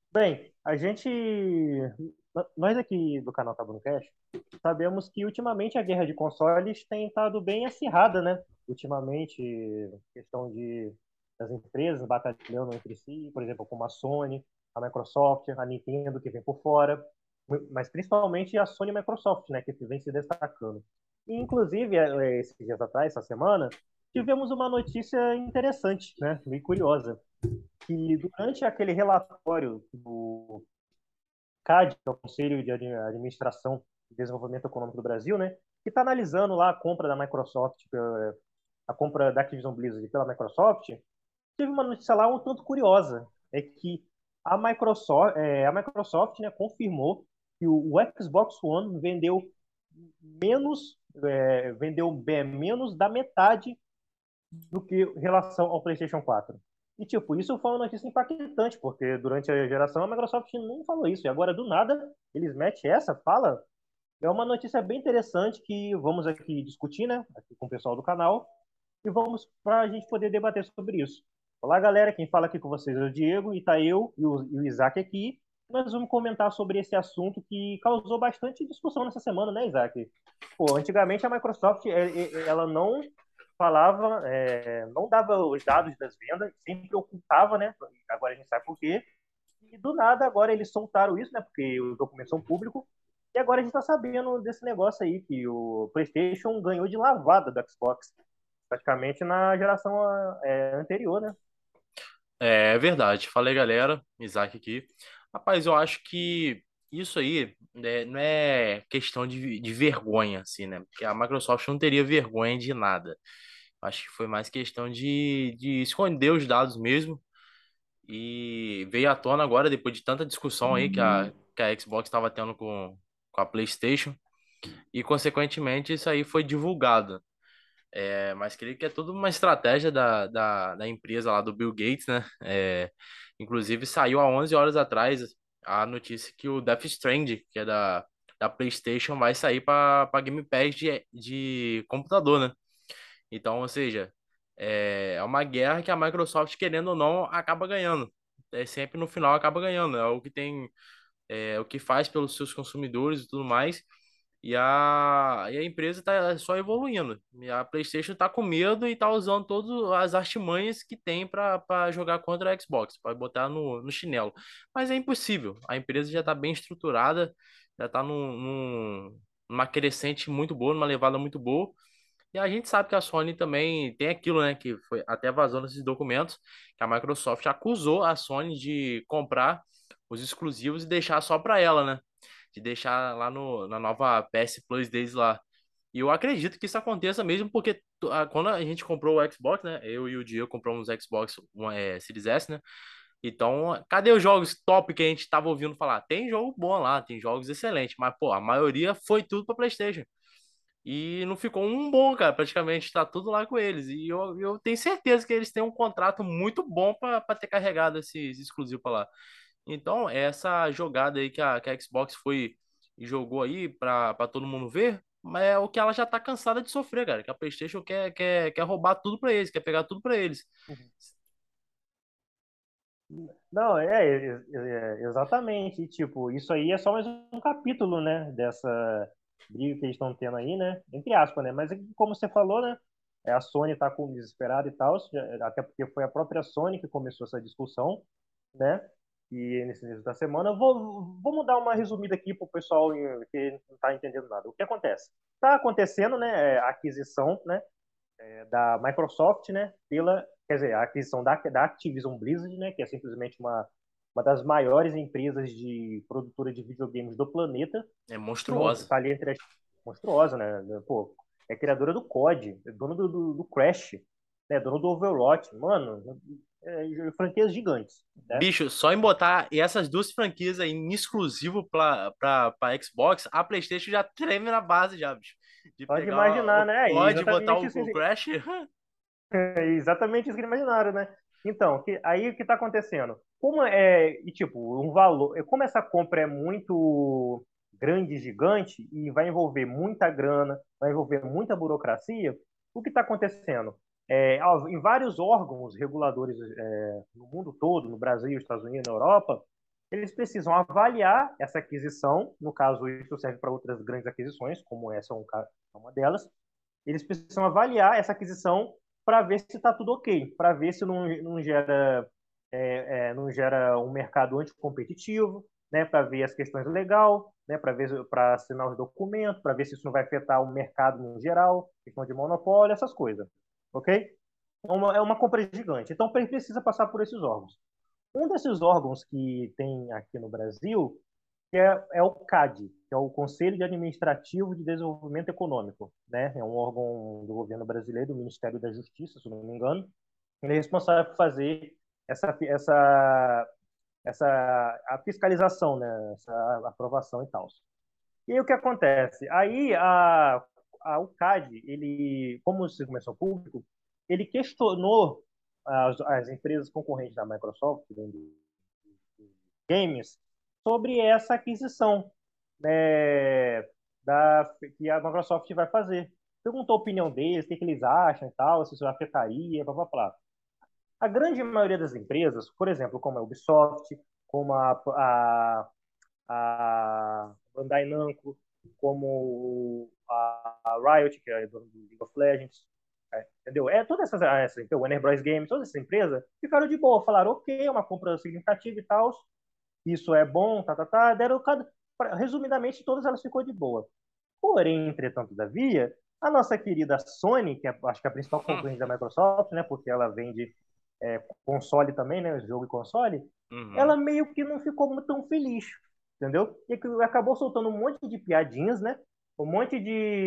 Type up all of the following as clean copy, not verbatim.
Bem, nós aqui do canal Tabu no Cash, sabemos que ultimamente a guerra de consoles tem estado bem acirrada, né? Ultimamente, questão das empresas batalhando entre si, por exemplo, como a Sony, a Microsoft, a Nintendo, que vem por fora, mas principalmente a Sony e a Microsoft, né, que vem se destacando. E, inclusive, esses dias atrás, essa semana, tivemos uma notícia interessante, né, meio curiosa, que durante aquele relatório do CAD, que é o Conselho de Administração e Desenvolvimento Econômico do Brasil, né, que está analisando lá a compra da Microsoft, a compra da Activision Blizzard pela Microsoft, teve uma notícia lá um tanto curiosa, é que a Microsoft, né, confirmou que o Xbox One vendeu bem menos da metade do que em relação ao PlayStation 4. E, tipo, isso foi uma notícia impactante, porque durante a geração a Microsoft não falou isso. E agora, do nada, eles metem essa fala. É uma notícia bem interessante que vamos aqui discutir, né? Aqui com o pessoal do canal. E vamos para a gente poder debater sobre isso. Olá, galera. Quem fala aqui com vocês é o Diego, e tá eu e o Isaac aqui. Nós vamos comentar sobre esse assunto que causou bastante discussão nessa semana, né, Isaac? Pô, antigamente a Microsoft ela não falava, não dava os dados das vendas, sempre ocultava, né? Agora a gente sabe por quê. E do nada agora eles soltaram isso, né? Porque os documentos são públicos. E agora a gente está sabendo desse negócio aí que o PlayStation ganhou de lavada do Xbox, praticamente na geração anterior, né? É verdade. Falei, galera. Isaac aqui. Rapaz, eu acho que isso aí, né, não é questão de vergonha, assim, né? Porque a Microsoft não teria vergonha de nada. Acho que foi mais questão de esconder os dados mesmo. E veio à tona agora, depois de tanta discussão aí que a Xbox estava tendo com a PlayStation. E, consequentemente, isso aí foi divulgado. Mas creio que é tudo uma estratégia da empresa lá do Bill Gates, né? Inclusive saiu há 11 horas atrás a notícia que o Death Stranding, que é da PlayStation, vai sair para Game Pass de computador, né? Então, ou seja, é uma guerra que a Microsoft, querendo ou não, acaba ganhando. Sempre no final acaba ganhando. É o que tem, o que faz pelos seus consumidores e tudo mais. E a empresa está só evoluindo. E a PlayStation está com medo e está usando todas as artimanhas que tem para jogar contra a Xbox, para botar no chinelo. Mas é impossível. A empresa já está bem estruturada, já está numa crescente muito boa, numa levada muito boa. E a gente sabe que a Sony também tem aquilo, né? Que foi até vazou nesses documentos, que a Microsoft acusou a Sony de comprar os exclusivos e deixar só para ela, né? De deixar lá no, na nova PS Plus deles lá. E eu acredito que isso aconteça mesmo, porque quando a gente comprou o Xbox, né? Eu e o Diego compramos o Xbox Series S, né? Então, cadê os jogos top que a gente tava ouvindo falar? Tem jogo bom lá, tem jogos excelentes, mas, pô, a maioria foi tudo para PlayStation. E não ficou um bom, cara. Praticamente tá tudo lá com eles. E eu tenho certeza que eles têm um contrato muito bom para ter carregado esses exclusivos para lá. Então, essa jogada aí que a Xbox foi e jogou aí para todo mundo ver, mas é o que ela já tá cansada de sofrer, cara. Que a PlayStation quer roubar tudo para eles, quer pegar tudo para eles. Uhum. Não, exatamente. E, tipo, isso aí é só mais um capítulo, né, dessa briga que eles estão tendo aí, né, entre aspas, né, mas como você falou, né, a Sony tá com desesperada e tal, até porque foi a própria Sony que começou essa discussão, né, e nesse início da semana, vamos dar uma resumida aqui pro pessoal que não tá entendendo nada. O que acontece? Tá acontecendo, né, a aquisição, né, da Microsoft, né, quer dizer, a aquisição da Activision Blizzard, né, que é simplesmente uma das maiores empresas de produtora de videogames do planeta. É Pronto, monstruosa. tá ali entre as monstruosa, né? Pô, é criadora do COD, é dona do Crash, né? Dona do Overwatch, mano, franquias gigantes, né? Bicho, só em botar essas duas franquias aí em exclusivo pra Xbox, a PlayStation já treme na base já, bicho. De Pode pegar imaginar, o né? É COD e botar exatamente o, isso. o Crash. É exatamente isso que eles imaginaram, né? Então, aí o que está acontecendo? E tipo, um valor, como essa compra é muito grande, gigante, e vai envolver muita grana, vai envolver muita burocracia, o que está acontecendo? Em vários órgãos reguladores no mundo todo, no Brasil, Estados Unidos, na Europa, eles precisam avaliar essa aquisição, no caso, isso serve para outras grandes aquisições, como essa é uma delas. Eles precisam avaliar essa aquisição para ver se está tudo ok, para ver se não gera, não gera um mercado anticompetitivo, né, para ver as questões legal, né, para assinar os documentos, para ver se isso não vai afetar o mercado no geral, questão de monopólio, essas coisas. Ok? É uma compra gigante. Então, precisa passar por esses órgãos. Um desses órgãos que tem aqui no Brasil é o CAD, que é o Conselho de Administrativo de Desenvolvimento Econômico, né? É um órgão do governo brasileiro, do Ministério da Justiça, se não me engano. Ele é responsável por fazer a fiscalização, né? Essa aprovação e tal. E aí o que acontece? Aí o CAD, ele, como se começou público, ele questionou as empresas concorrentes da Microsoft, games, sobre essa aquisição, né, que a Microsoft vai fazer. Perguntou a opinião deles, o que eles acham e tal, se isso afetaria, blá, blá, blá. A grande maioria das empresas, por exemplo, como a Ubisoft, como a Bandai Namco, como a Riot, que é do League of Legends, entendeu? Todas essas então, Warner Bros. Games, todas essas empresas ficaram de boa, falaram, ok, é uma compra significativa e tal, isso é bom, deram resumidamente, todas elas ficou de boa. Porém, entretanto, todavia, a nossa querida Sony, que acho que é a principal concorrente da Microsoft, né, porque ela vende console também, né, jogo e console, ela Uhum. meio que não ficou tão feliz, entendeu? E que acabou soltando um monte de piadinhas, né, um monte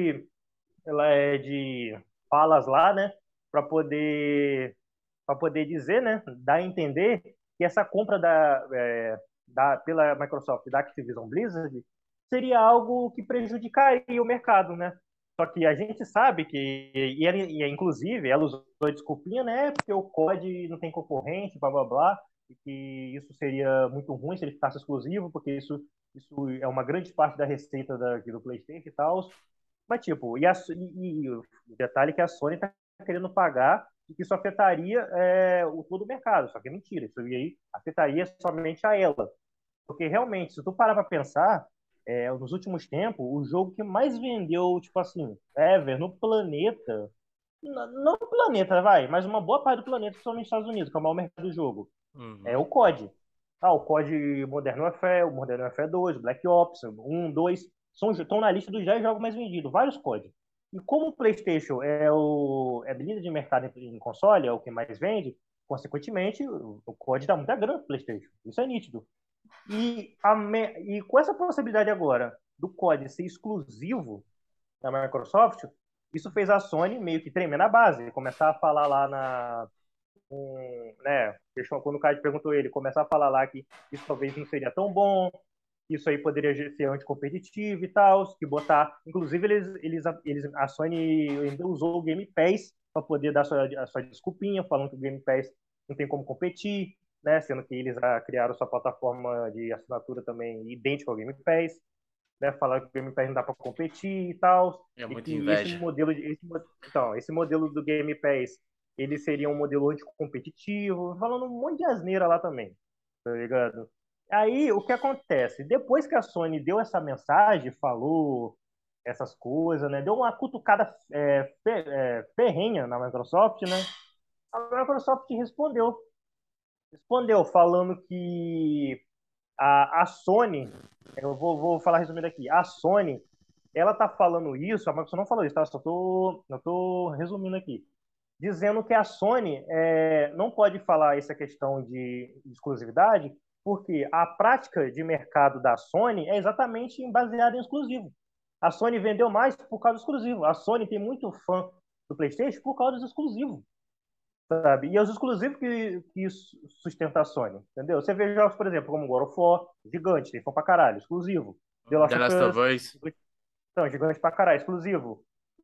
de falas lá, né, para poder dizer, né, dar a entender que essa compra pela Microsoft da Activision Blizzard seria algo que prejudicaria o mercado, né? Só que a gente sabe que, inclusive, ela usou a desculpinha, né? Porque o COD não tem concorrente, blá blá blá, e que isso seria muito ruim se ele ficasse exclusivo, porque isso é uma grande parte da receita do PlayStation e tal. Mas, tipo, o detalhe é que a Sony está querendo pagar e que isso afetaria todo o mercado. Só que é mentira, isso aí afetaria somente a ela. Porque realmente, se tu parar para pensar, nos últimos tempos, o jogo que mais vendeu, tipo assim, ever, no planeta, não no planeta, vai, mas uma boa parte do planeta, principalmente nos Estados Unidos, que é o maior mercado do jogo, é o Uhum. COD. O COD Modern Warfare, o Modern Warfare 2, o Black Ops 1, 2, estão na lista dos 10 jogos mais vendidos, vários COD. E como o PlayStation é líder de mercado em console, é o que mais vende, consequentemente, o COD dá muita grana pro PlayStation. Isso é nítido. E com essa possibilidade agora do COD ser exclusivo da Microsoft, isso fez a Sony meio que tremer na base, começar a falar lá né, quando o Caio perguntou ele, começar a falar lá que isso talvez não seria tão bom, isso aí poderia ser anticompetitivo e tal, que botar. Inclusive, a Sony ainda usou o Game Pass para poder dar a sua desculpinha, falando que o Game Pass não tem como competir, né? Sendo que eles criaram sua plataforma de assinatura também idêntica ao Game Pass, né? Falaram que o Game Pass não dá para competir e tal, É e muita que inveja. então, esse modelo do Game Pass ele seria um modelo anticompetitivo, falando um monte de asneira lá também, tá ligado? Aí, o que acontece? Depois que a Sony deu essa mensagem, falou essas coisas, né? Deu uma cutucada ferrenha na Microsoft, né? A Microsoft respondeu. Respondeu falando que a Sony, vou falar resumindo aqui, a Sony, ela tá falando isso, a Microsoft não falou isso, tá? Eu tô resumindo aqui dizendo que a Sony não pode falar essa questão de exclusividade, porque a prática de mercado da Sony é exatamente baseada em exclusivo. A Sony vendeu mais por causa do exclusivo. A Sony tem muito fã do PlayStation por causa dos exclusivos, sabe? E é os exclusivos que sustentam a Sony, entendeu? Você vê jogos, por exemplo, como God of War, gigante, tem fã pra caralho, exclusivo. The The Last of Last of Us, Us. então, gigante pra caralho, exclusivo.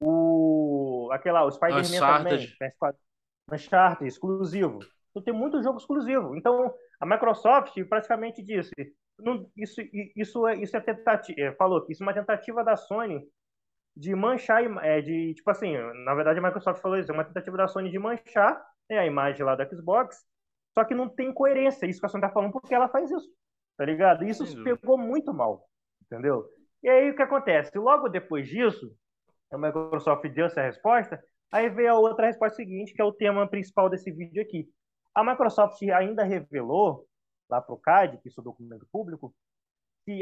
O Spider-Man Uncharted. também, PS4, Uncharted, exclusivo. Então tem muito jogo exclusivo. Então a Microsoft praticamente disse, não, isso é tentativa, falou que isso é uma tentativa da Sony de manchar, de tipo assim, na verdade a Microsoft falou isso, é uma tentativa da Sony de manchar, né, a imagem lá da Xbox, só que não tem coerência isso que a Sony tá falando porque ela faz isso. tá ligado? E isso Sem dúvida. pegou muito mal, entendeu? E aí o que acontece? Logo depois disso, a Microsoft deu essa resposta, aí veio a outra resposta seguinte, que é o tema principal desse vídeo aqui. A Microsoft ainda revelou, lá para o CAD, que isso é documento público, que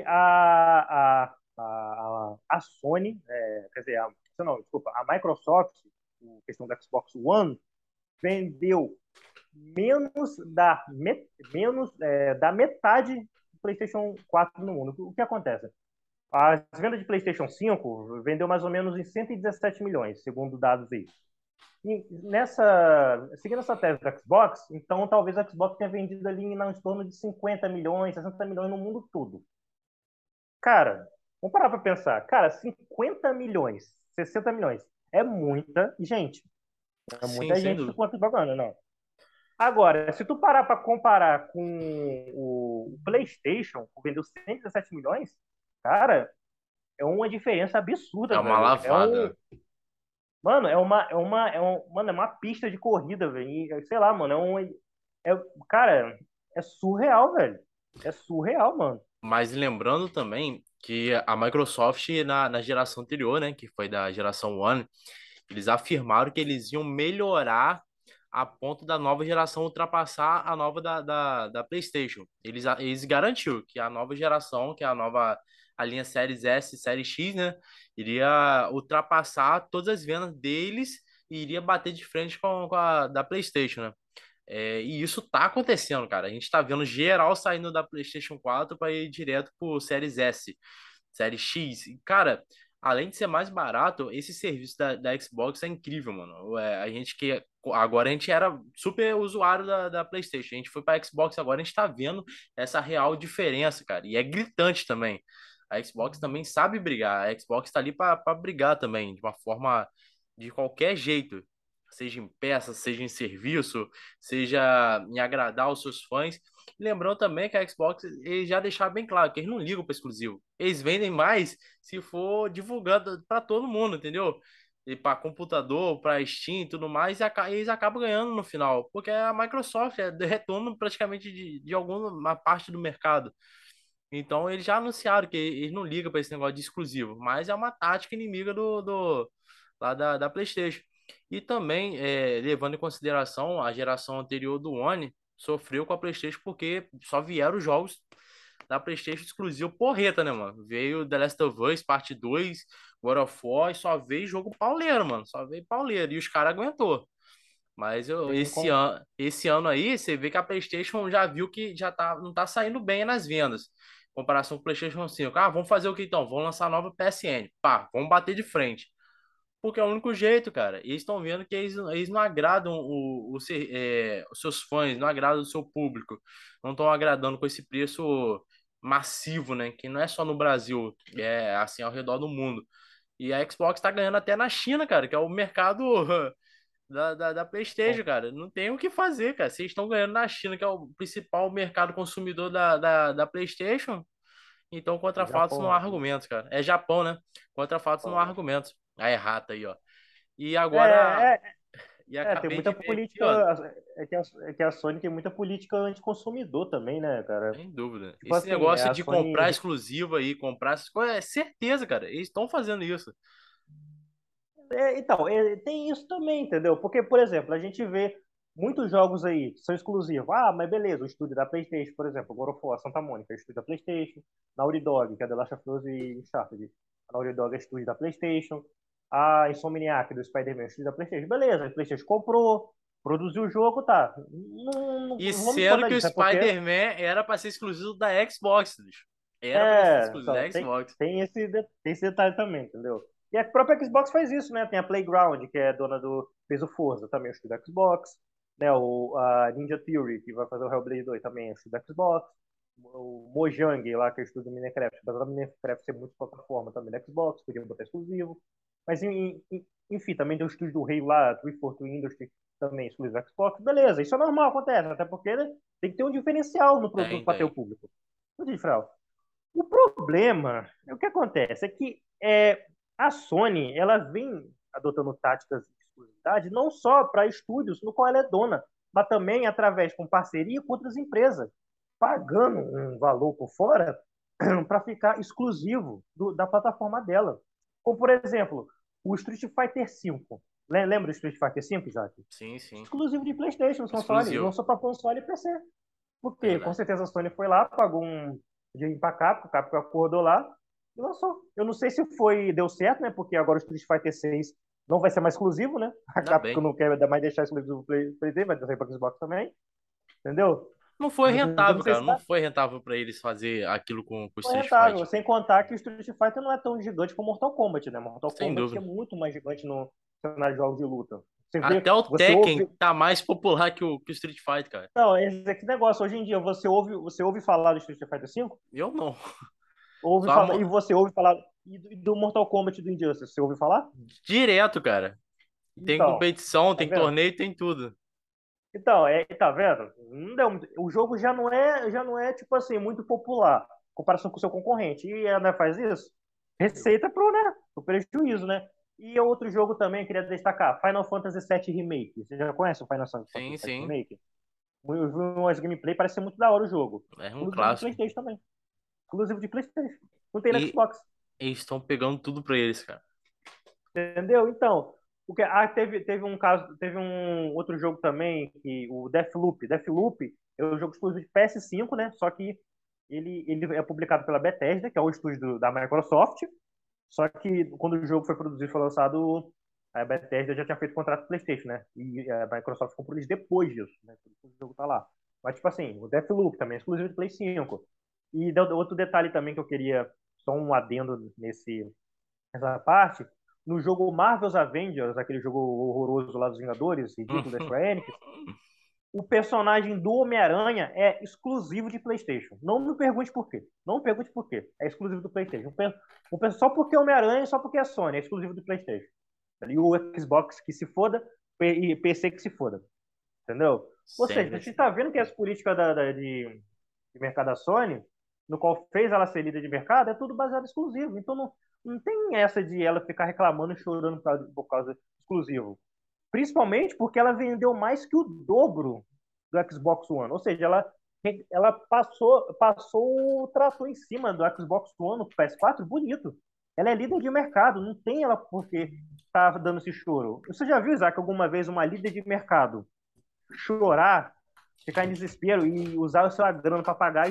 a Sony, quer dizer, não, desculpa, a Microsoft, em questão da Xbox One, vendeu menos da metade do PlayStation 4 no mundo. O que acontece? As vendas de PlayStation 5 vendeu mais ou menos em 117 milhões, segundo dados aí. E seguindo essa tese da Xbox, então talvez a Xbox tenha vendido ali em torno de 50 milhões, 60 milhões no mundo todo. Cara, vamos parar para pensar. Cara, 50 milhões, 60 milhões é muita gente. É Sim, muita sem gente dúvida. quanto propaganda, não. Agora, se tu parar para comparar com o PlayStation, que vendeu 117 milhões, cara, é uma diferença É absurda, uma velho. lavada. Mano, mano, é uma pista de corrida, velho. Sei lá, mano, cara, é surreal, velho. É surreal, mano. Mas lembrando também que a Microsoft na geração anterior, né, que foi da geração One, eles afirmaram que eles iam melhorar a ponto da nova geração ultrapassar a nova da PlayStation. Eles garantiram que a nova geração, que é a linha Series S e Series X, né, iria ultrapassar todas as vendas deles e iria bater de frente com a da PlayStation, né? E isso tá acontecendo, cara. A gente tá vendo geral saindo da PlayStation 4 para ir direto pro Series S, Series X. E, cara, além de ser mais barato, esse serviço da Xbox é incrível, mano. A gente que agora a gente era super usuário da PlayStation. A gente foi para Xbox agora, a gente tá vendo essa real diferença, cara. E é gritante também. A Xbox também sabe brigar. A Xbox tá ali para brigar também, de uma forma de qualquer jeito, seja em peça, seja em serviço, seja em agradar os seus fãs. Lembrando também que a Xbox eles já deixaram bem claro que eles não ligam para exclusivo. Eles vendem mais se for divulgado para todo mundo, entendeu? E para computador, para Steam e tudo mais, eles acabam ganhando no final, porque a Microsoft é de retorno praticamente de alguma parte do mercado. Então eles já anunciaram que eles não ligam para esse negócio de exclusivo, mas é uma tática inimiga do lá da PlayStation. E também, levando em consideração a geração anterior do One, sofreu com a PlayStation porque só vieram os jogos da PlayStation exclusivo porreta, né, mano? Veio The Last of Us Parte 2, God of War e só veio jogo pauleiro, mano. Só veio pauleiro. E os caras aguentou. Mas Tem esse ano aí, você vê que a PlayStation já viu que já não tá saindo bem nas vendas. Em comparação com o PlayStation 5. Ah, vamos fazer o que então? Vamos lançar a nova PSN. Pá, vamos bater de frente. Porque é o único jeito, cara. Eles estão vendo que eles não agradam os seus fãs, não agradam o seu público. Não estão agradando com esse preço massivo, né? Que não é só no Brasil, é assim ao redor do mundo. E a Xbox tá ganhando até na China, cara, que é o mercado da PlayStation, cara. Não tem o que fazer, cara. Vocês estão ganhando na China, que é o principal mercado consumidor da PlayStation. Então, contra fatos não há Japão. argumentos, cara. É Japão, né? Contra fatos não há Japão. argumentos. A errata aí, ó. E É, agora, é, e tem acabei muita de ver aqui, política. ó. É que a Sony tem muita política anticonsumidor também, né, cara? Sem dúvida. Tipo Esse assim, negócio a de comprar Sony. exclusivo aí, comprar essas coisas, é certeza, cara. Eles estão fazendo isso. Então, tem isso também, entendeu? Porque, por exemplo, a gente vê muitos jogos aí que são exclusivos. Ah, mas beleza, o estúdio da PlayStation, por exemplo, God of War, Santa Mônica é estúdio da PlayStation. Naughty Dog, que é The Last of Us e Uncharted. A Naughty Dog é estúdio da PlayStation. A Insomniac do Spider-Man é estúdio da PlayStation. Beleza, a PlayStation comprou, produziu o jogo, tá. E Não vamos sendo discordar que o disso, é porque Spider-Man era para ser exclusivo da Xbox, bicho. Era para ser exclusivo só da Xbox. tem esse detalhe também, entendeu? E a própria Xbox faz isso, né? Tem a Playground, que é dona fez o Forza, também é o estúdio da Xbox. Né? A Ninja Theory, que vai fazer o Hellblade 2, também é o estúdio da Xbox. O Mojang, lá, que é o estúdio do Minecraft, apesar do Minecraft ser muito plataforma também da Xbox, podia botar exclusivo. Mas, enfim, também tem o estúdio do Halo lá, 343 Industry, também exclusivo da Xbox. Beleza, isso é normal, acontece, até porque né, tem que ter um diferencial no produto Tem, para ter o tem. público. Um diferencial. O problema, o que acontece, é que a Sony ela vem adotando táticas de exclusividade não só para estúdios no qual ela é dona, mas também através com parceria com outras empresas. pagando um valor por fora para ficar exclusivo da plataforma dela. Como, por exemplo, o Street Fighter V. Lembra do Street Fighter V, Jaque? Sim, sim. Exclusivo de PlayStation, no console. Exclusivo. Lançou para console e PC. Porque, com Verdade. certeza, a Sony foi lá, pagou um dinheiro para Capcom, o Capcom acordou lá e lançou. Eu não sei se deu certo, né? Porque agora o Street Fighter 6 não vai ser mais exclusivo, né? A Ainda Capcom bem. não quer mais deixar exclusivo do PlayStation, vai sair para Xbox também, entendeu? Não foi Eu não rentável, sei cara. se Não tá foi rentável pra eles fazer aquilo com o foi Street rentável, Fighter. sem contar que o Street Fighter não é tão gigante como Mortal Kombat, né? Mortal Sem Kombat é dúvida. muito mais gigante no cenário de jogos de luta. Você Até vê, o você Tekken ouve. tá mais popular que o Street Fighter, cara. Não, esse negócio, hoje em dia, você ouve falar do Street Fighter V? Eu não. Ouve Só falar, e você ouve falar e do Mortal Kombat do Injustice, você ouve falar? direto, cara. Tem Então, competição, tá tem vendo? torneio, tem tudo. Então, tá vendo? Não deu o jogo já não é tipo assim muito popular em comparação com o seu concorrente. E ela, né, faz isso. Receita pro prejuízo, né? E outro jogo também eu queria destacar, Final Fantasy VII Remake. Você já conhece o Final Fantasy Sim, VII sim. Remake? Eu vi umas gameplay, parece ser muito da hora o jogo. É um Exclusivo de clássico. PlayStation também. Exclusivo de PlayStation. Não tem no E Xbox. eles estão pegando tudo pra eles, cara. Entendeu? Então, teve um caso, teve um outro jogo também, que o Deathloop. Deathloop é um jogo exclusivo de PS5, né? Só que ele é publicado pela Bethesda, que é o estúdio da Microsoft. Só que quando o jogo foi produzido e foi lançado, a Bethesda já tinha feito contrato com o PlayStation, né? E a Microsoft comprou eles depois disso, né? Por isso o jogo tá lá. Mas, tipo assim, o Deathloop também é exclusivo de Play 5. E outro detalhe também que eu queria, só um adendo nessa parte, no jogo Marvel's Avengers, aquele jogo horroroso lá dos Vingadores, ridículo da Square Enix, o personagem do Homem-Aranha é exclusivo de PlayStation. Não me pergunte por quê. Não me pergunte por quê. É exclusivo do PlayStation. Só porque é Homem-Aranha, só porque é Sony, é exclusivo do PlayStation. E o Xbox que se foda, e PC que se foda. Entendeu? Ou seja, Sempre a gente assim. tá vendo que as políticas de mercado da Sony, no qual fez ela ser líder de mercado, é tudo baseado em exclusivo. Então não tem essa de ela ficar reclamando e chorando por causa de exclusivo. Principalmente porque ela vendeu mais que o dobro do Xbox One. Ou seja, ela passou o trator em cima do Xbox One no PS4 bonito. Ela é líder de mercado, não tem ela porque tá dando esse choro. Você já viu, Isaac, alguma vez uma líder de mercado chorar, ficar em desespero e usar a sua grana para pagar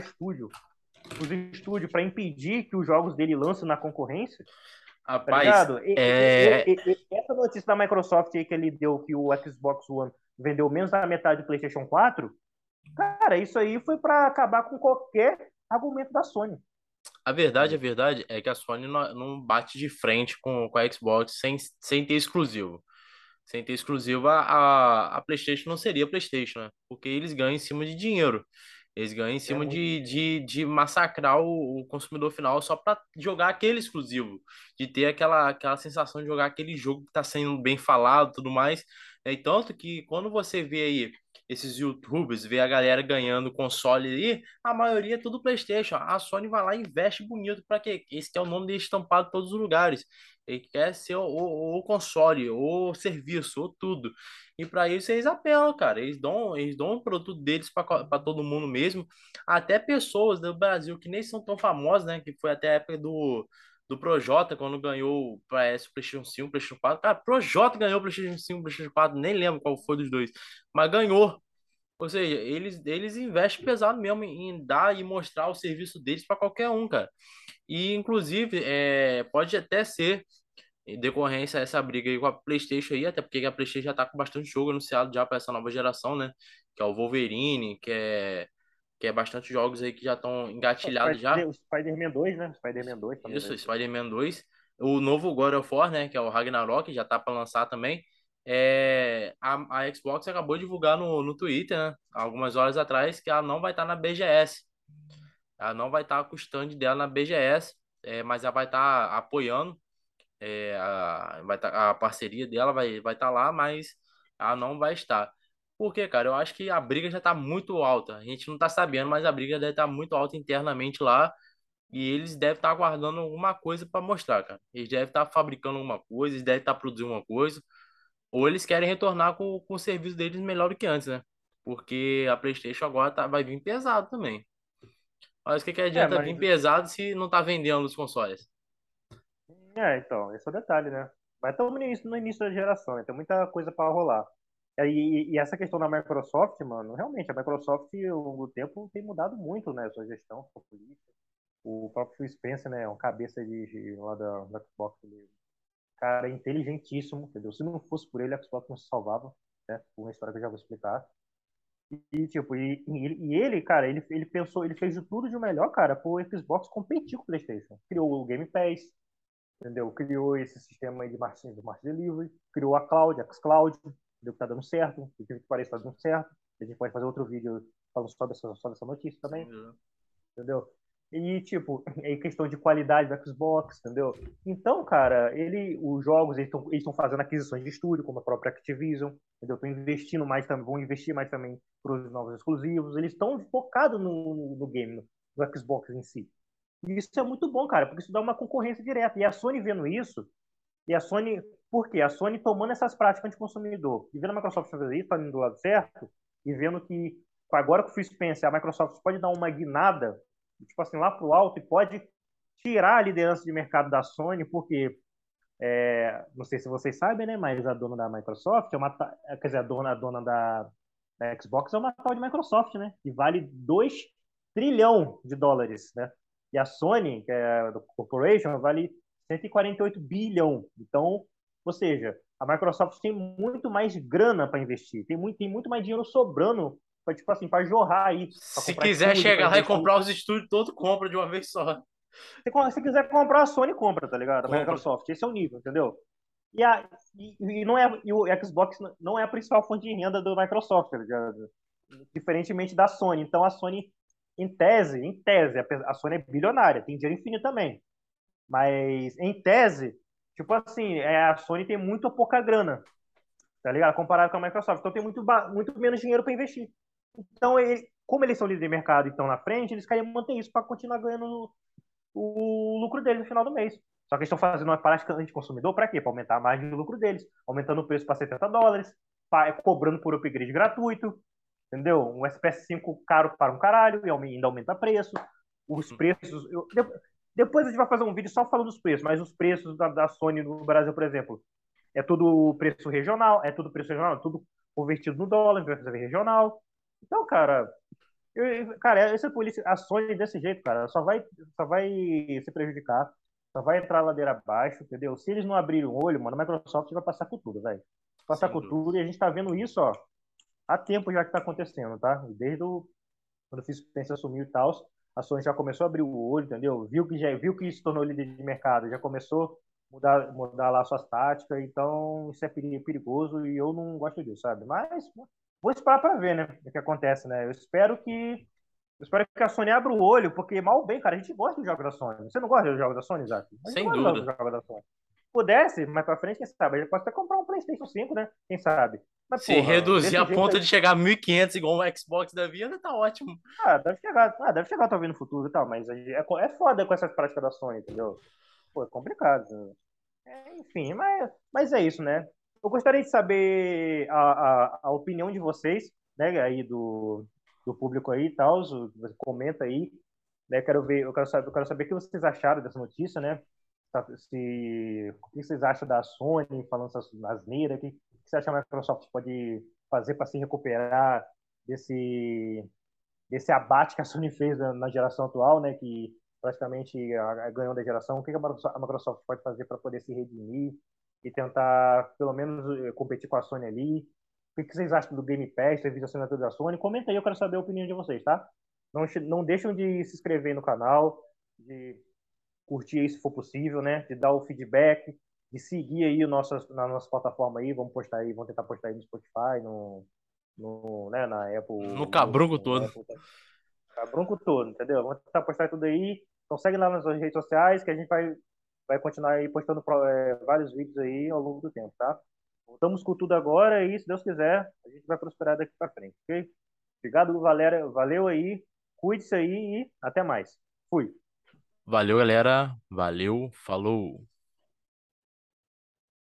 os estúdios para impedir que os jogos dele lancem na concorrência? Tá Rapaz, ligado? é. Essa notícia da Microsoft aí que ele deu que o Xbox One vendeu menos da metade do PlayStation 4, cara, isso aí foi para acabar com qualquer argumento da Sony. A verdade é que a Sony não bate de frente com a Xbox sem ter exclusivo. Sem ter exclusivo, a PlayStation não seria PlayStation, né? Porque eles ganham em cima de dinheiro. Eles ganham em É cima muito dinheiro. de massacrar o consumidor final só para jogar aquele exclusivo, de ter aquela sensação de jogar aquele jogo que está sendo bem falado e tudo mais. E tanto que quando você vê aí esses YouTubers, vê a galera ganhando console aí, a maioria é tudo PlayStation. A Sony vai lá e investe bonito para quê? Esse que é o nome dele estampado em todos os lugares. Ele quer ser o console, o serviço, ou tudo. E para isso eles apelam, cara. Eles dão o produto deles para todo mundo mesmo. Até pessoas do Brasil que nem são tão famosas, né? Que foi até a época do Projota, quando ganhou parece, o PlayStation 5, PlayStation 4. Cara, Projota ganhou o PlayStation 5, PlayStation 4, nem lembro qual foi dos dois. Mas ganhou. Ou seja, eles investem pesado mesmo em dar e mostrar o serviço deles para qualquer um, cara. E, inclusive, pode até ser em decorrência essa briga aí com a PlayStation aí, até porque a PlayStation já tá com bastante jogo anunciado já para essa nova geração, né? Que é o Wolverine, que é bastante jogos aí que já estão engatilhados já. O Spider-Man 2, né? O Spider-Man 2 também Isso, vai ter. Spider-Man 2. O novo God of War, né? Que é o Ragnarok, já tá para lançar também. A Xbox acabou de divulgar no Twitter, né? Algumas horas atrás, que ela não vai estar na BGS. Ela não vai estar com o stand dela na BGS, mas ela vai estar apoiando a parceria dela vai estar lá, mas ela não vai estar. Por quê, cara? Eu acho que a briga já está muito alta. A gente não está sabendo, mas a briga deve estar muito alta internamente lá. E eles devem estar aguardando alguma coisa para mostrar, cara. Eles devem estar fabricando alguma coisa, eles devem estar produzindo alguma coisa. Ou eles querem retornar com o serviço deles melhor do que antes, né? Porque a PlayStation agora vai vir pesado também. Mas o que que É, adianta mas vir pesado se não tá vendendo os consoles? então, esse é o detalhe, né? Mas estamos no início da geração, né? Tem muita coisa para rolar. E essa questão da Microsoft, mano, realmente, a Microsoft, ao longo do tempo, tem mudado muito, né? Sua gestão, sua política. O próprio Phil Spencer, né? É um cabeça lá da Xbox. Ele, cara, é inteligentíssimo, entendeu? Se não fosse por ele, a Xbox não se salvava, né? Por uma história que eu já vou explicar. Tipo, ele, cara, ele pensou, ele fez de tudo de melhor, cara, pro Xbox competir com o PlayStation. Criou o Game Pass, entendeu? Criou esse sistema aí de Smart Delivery, criou a Cloud, a xCloud, entendeu? Que tá dando certo, que parece que tá dando certo. A gente pode fazer outro vídeo falando só dessa notícia Sem também, dúvida. entendeu? E, tipo, é questão de qualidade do Xbox, entendeu? Então, cara, os jogos, eles estão fazendo aquisições de estúdio, como a própria Activision, entendeu? Estão investindo mais também, vão investir mais também para os novos exclusivos. Eles estão focados no game, no Xbox em si. E isso é muito bom, cara, porque isso dá uma concorrência direta. E a Sony vendo isso, e a Sony, por quê? A Sony tomando essas práticas de consumidor e vendo a Microsoft fazer isso, tá indo do lado certo, e vendo que agora que o Phil Spencer, a Microsoft pode dar uma guinada, tipo assim, lá pro alto e pode tirar a liderança de mercado da Sony, porque não sei se vocês sabem, né, mas a dona da Microsoft quer dizer, a dona da Xbox é uma tal de Microsoft, né, que vale 2 trilhão de dólares, né? E a Sony, que é do Corporation, vale 148 bilhão. Então, ou seja, a Microsoft tem muito mais grana para investir, tem muito mais dinheiro sobrando para tipo assim, para jorrar aí, para Se comprar quiser estúdio, para chegar lá e investir. comprar os estúdios todo, compra de uma vez só. Se quiser comprar a Sony, compra, tá ligado? A Compra. Microsoft, esse é o nível, entendeu? E não é, e o Xbox não é a principal fonte de renda do Microsoft, tá ligado? Diferentemente da Sony. Então a Sony, em tese, a Sony é bilionária, tem dinheiro infinito também. Mas em tese, tipo assim, a Sony tem muito pouca grana, tá ligado? Comparado com a Microsoft. Então tem muito menos dinheiro para investir. Então, como eles são líderes de mercado e estão na frente, eles querem manter isso para continuar ganhando o lucro deles no final do mês. Só que eles estão fazendo uma prática anticonsumidor para quê? Para aumentar a margem do lucro deles, aumentando o preço para US$ 70, cobrando por upgrade gratuito, entendeu? Um SPS 5 caro para um caralho e ainda aumenta preço. Os preços. Depois a gente vai fazer um vídeo só falando dos preços, mas os preços da Sony no Brasil, por exemplo, é tudo convertido no dólar, a gente vai fazer regional. Então, cara, essa polícia, a Sony desse jeito, cara, só vai se prejudicar, só vai entrar a ladeira abaixo, entendeu? Se eles não abrirem o olho, mano, a Microsoft vai passar com tudo, velho. Passar Sem com dúvida. tudo e a gente tá vendo isso, ó, há tempo já que tá acontecendo, tá? Desde quando o Phil Spencer assumiu e tal, a Sony já começou a abrir o olho, entendeu? Viu que se tornou líder de mercado, já começou a mudar lá suas táticas, então isso é perigoso e eu não gosto disso, sabe? Mas vou esperar para ver, né, o que acontece, né? Eu espero que a Sony abra o olho, porque mal bem, cara, a gente gosta dos jogos da Sony. Você não gosta dos jogos da Sony, Isaac? A gente Sem gosta dos dúvida. jogos da Sony. Se pudesse, mais pra frente, quem sabe? A gente pode até comprar um PlayStation 5, né? Quem sabe? Mas, Se porra, reduzir a desse jeito ponto aí. de chegar a 1.500 igual um Xbox da vida, tá ótimo. Deve chegar talvez no futuro e tal, mas é foda com essas práticas da Sony, entendeu? Pô, é complicado, né? Enfim, mas é isso, né? Eu gostaria de saber a opinião de vocês, né, aí do público aí e tal, comenta aí, né? Eu quero saber o que vocês acharam dessa notícia, né? O que vocês acham da Sony falando essas asneiras, o que você acha que a Microsoft pode fazer para se recuperar desse desse abate que a Sony fez na geração atual, né, que praticamente ganhou da geração, o que a Microsoft pode fazer para poder se redimir e tentar, pelo menos, competir com a Sony ali? O que vocês acham do Game Pass, serviço de assinatura da Sony? Comenta aí, eu quero saber a opinião de vocês, tá? Não deixam de se inscrever no canal, de curtir aí se for possível, né? De dar o feedback, de seguir aí na nossa plataforma aí, vamos tentar postar aí no Spotify, né, na Apple, No cabrunco no todo. Apple Tá bronco todo, entendeu? Vamos tentar postar tudo aí. Então segue lá nas redes sociais que a gente vai continuar aí postando vários vídeos aí ao longo do tempo, tá? Voltamos com tudo agora e, se Deus quiser, a gente vai prosperar daqui para frente, ok? Obrigado, galera. Valeu aí. Cuide-se aí e até mais. Fui. Valeu, galera. Valeu, falou.